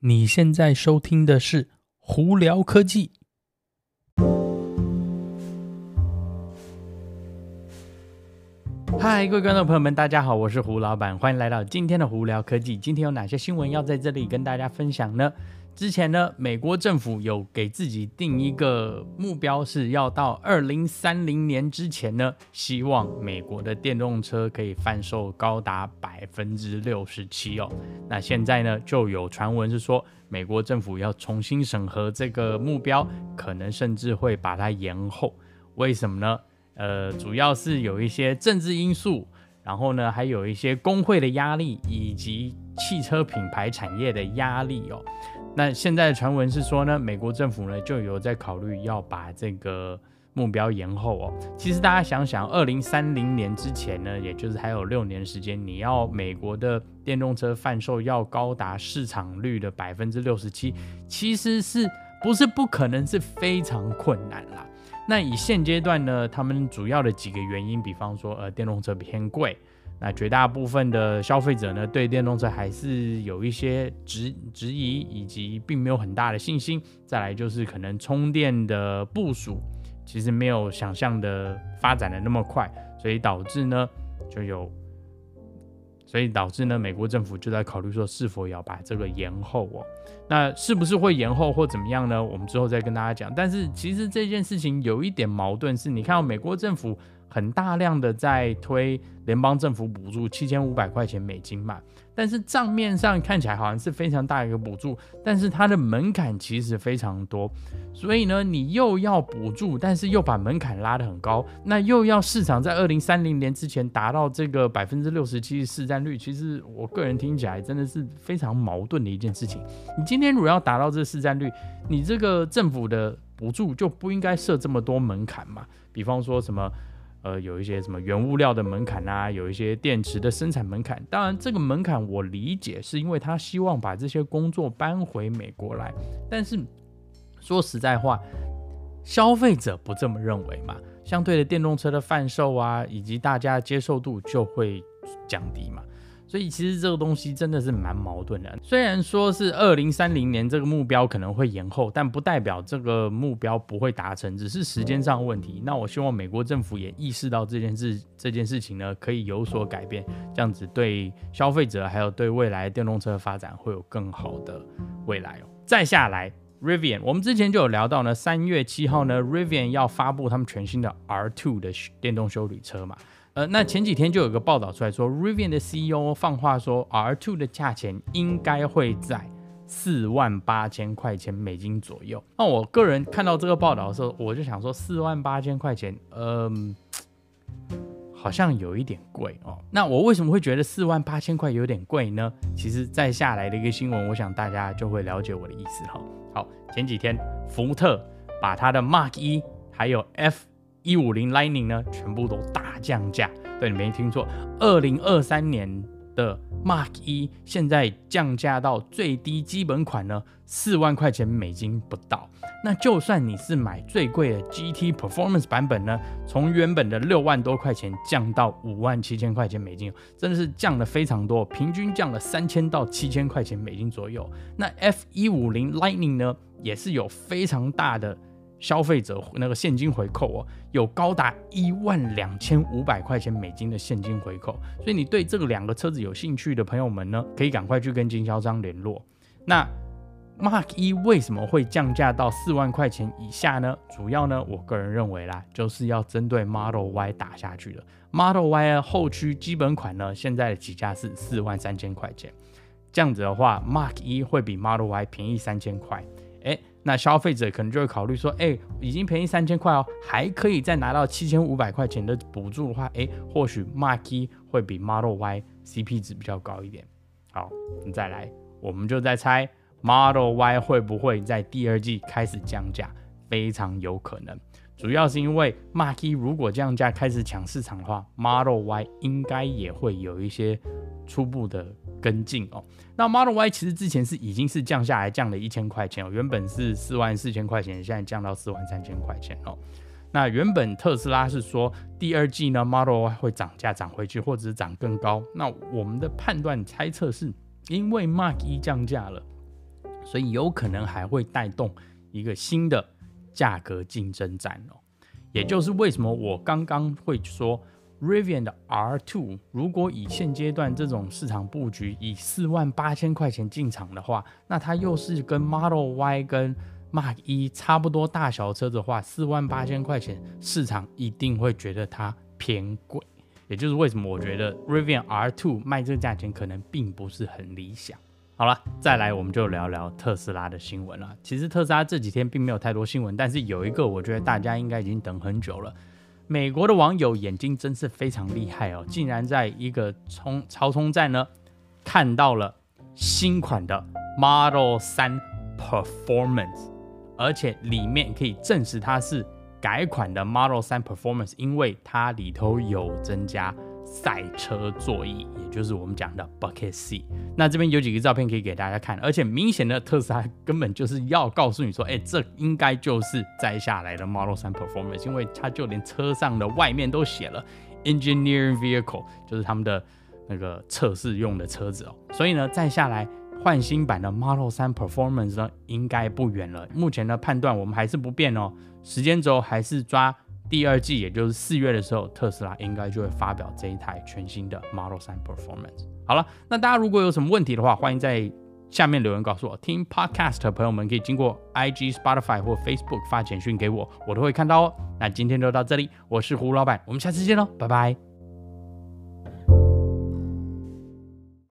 你现在收听的是胡聊科技。嗨，各位观众朋友们，大家好，我是胡老板，欢迎来到今天的胡聊科技。今天有哪些新闻要在这里跟大家分享呢？之前呢，美国政府有给自己定一个目标，是要到2030年之前呢，希望美国的电动车可以贩售高达67%哦。那现在呢，就有传闻是说，美国政府要重新审核这个目标，可能甚至会把它延后。为什么呢？主要是有一些政治因素，然后呢，还有一些工会的压力，以及汽车品牌产业的压力哦。那现在的传闻是说呢，美国政府呢就有在考虑要把这个目标延后哦。其实大家想想，2030年之前呢，也就是还有6年的时间，你要美国的电动车贩售要高达市场率的67%，其实是不是不可能，是非常困难啦。那以现阶段呢，他们主要的几个原因，比方说电动车偏贵。那绝大部分的消费者呢，对电动车还是有一些质疑，以及并没有很大的信心。再来就是可能充电的部署其实没有想象的发展的那么快，所以导致呢美国政府就在考虑说是否要把这个延后哦。那是不是会延后或怎么样呢？我们之后再跟大家讲。但是其实这件事情有一点矛盾，是你看到美国政府很大量的在推联邦政府补助7500块钱美金嘛，但是账面上看起来好像是非常大一个补助，但是它的门槛其实非常多，所以呢，你又要补助，但是又把门槛拉得很高，那又要市场在2030年之前达到这个67%市占率，其实我个人听起来真的是非常矛盾的一件事情。你今天如果要达到这个市占率，你这个政府的补助就不应该设这么多门槛嘛，比方说什么有一些什么原物料的门槛啊，有一些电池的生产门槛。当然这个门槛我理解是因为他希望把这些工作搬回美国来，但是说实在话，消费者不这么认为嘛，相对的电动车的贩售啊，以及大家的接受度就会降低嘛。所以其实这个东西真的是蛮矛盾的，虽然说是2030年这个目标可能会延后，但不代表这个目标不会达成，只是时间上的问题。那我希望美国政府也意识到这件事情呢，可以有所改变，这样子对消费者还有对未来电动车的发展会有更好的未来哦。再下来Rivian， 我们之前就有聊到呢，3月7号呢 Rivian 要发布他们全新的 R2 的电动休旅车嘛。那前几天就有个报道出来说 Rivian 的 CEO 放话说 R2 的价钱应该会在48000块钱美金左右。那我个人看到这个报道的时候，我就想说48000块钱好像有一点贵哦。那我为什么会觉得48000块有点贵呢？其实再下来的一个新闻，我想大家就会了解我的意思。好，前几天福特把它的 Mark 1还有 F150 Lightning 呢，全部都大降价。对，你没听错，2023年的 Mark 1现在降价到最低基本款呢4万块钱美金不到。那就算你是买最贵的 GT Performance 版本呢，从原本的6万多块钱降到57000块钱美金，真的是降了非常多，平均降了3000到7000块钱美金左右。那 F150 Lightning 呢，也是有非常大的消费者那个现金回扣哦，有高达12500块钱美金的现金回扣。所以你对这个2个车子有兴趣的朋友们呢，可以赶快去跟经销商联络。那 Mark 1为什么会降价到4万块钱以下呢？主要呢，我个人认为啦，就是要针对 Model Y 打下去的。Model Y 的后驱基本款呢，现在的起价是43000块钱，这样子的话 Mark 1会比 Model Y 便宜3000块。那消费者可能就会考虑说，已经便宜3000块哦，还可以再拿到7500块钱的补助的话，或许 Mark 1会比 Model Y CP 值比较高一点。好，再来，我们就在猜 Model Y 会不会在第2季开始降价，非常有可能。主要是因为 Mark 1如果降价开始抢市场的话， Model Y 应该也会有一些初步的跟进哦。那 Model Y 其实之前已经是降下来，降了1000块钱哦，原本是44000块钱，现在降到43000块钱哦。那原本特斯拉是说第2季呢 Model Y 会涨价涨回去，或者是涨更高。那我们的判断猜测是因为 Mark 1降价了， 所以有可能还会带动一个新的价格竞争战哦。也就是为什么我刚刚会说 Rivian 的 R2 如果以现阶段这种市场布局以48000块钱进场的话，那它又是跟 Model Y 跟 Mark 1差不多大小的车子的话，48000块钱市场一定会觉得它偏贵。也就是为什么我觉得 Rivian R2 卖这个价钱可能并不是很理想。好了，再来我们就聊聊特斯拉的新闻了。其实特斯拉这几天并没有太多新闻，但是有一个我觉得大家应该已经等很久了。美国的网友眼睛真是非常厉害哦，竟然在一个超充站呢看到了新款的 Model 3 Performance， 而且里面可以证实它是改款的 Model 3 Performance， 因为它里头有增加赛车座椅，也就是我们讲的 Bucket Seat。那这边有几个照片可以给大家看，而且明显的特斯拉根本就是要告诉你说，这应该就是摘下来的 Model 3 Performance， 因为它就连车上的外面都写了 Engineering Vehicle， 就是他们的那个测试用的车子哦。所以呢，再下来换新版的 Model 3 Performance 呢，应该不远了。目前的判断我们还是不变哦，时间轴还是抓第二季，也就是4月的时候，特斯拉应该就会发表这一台全新的 Model 3 Performance。好了，那大家如果有什么问题的话，欢迎在下面留言告诉我。听 Podcast 的朋友们可以经过 IG、Spotify 或 Facebook 发简讯给我，我都会看到哦。那今天就到这里，我是胡老板，我们下次见喽，拜拜。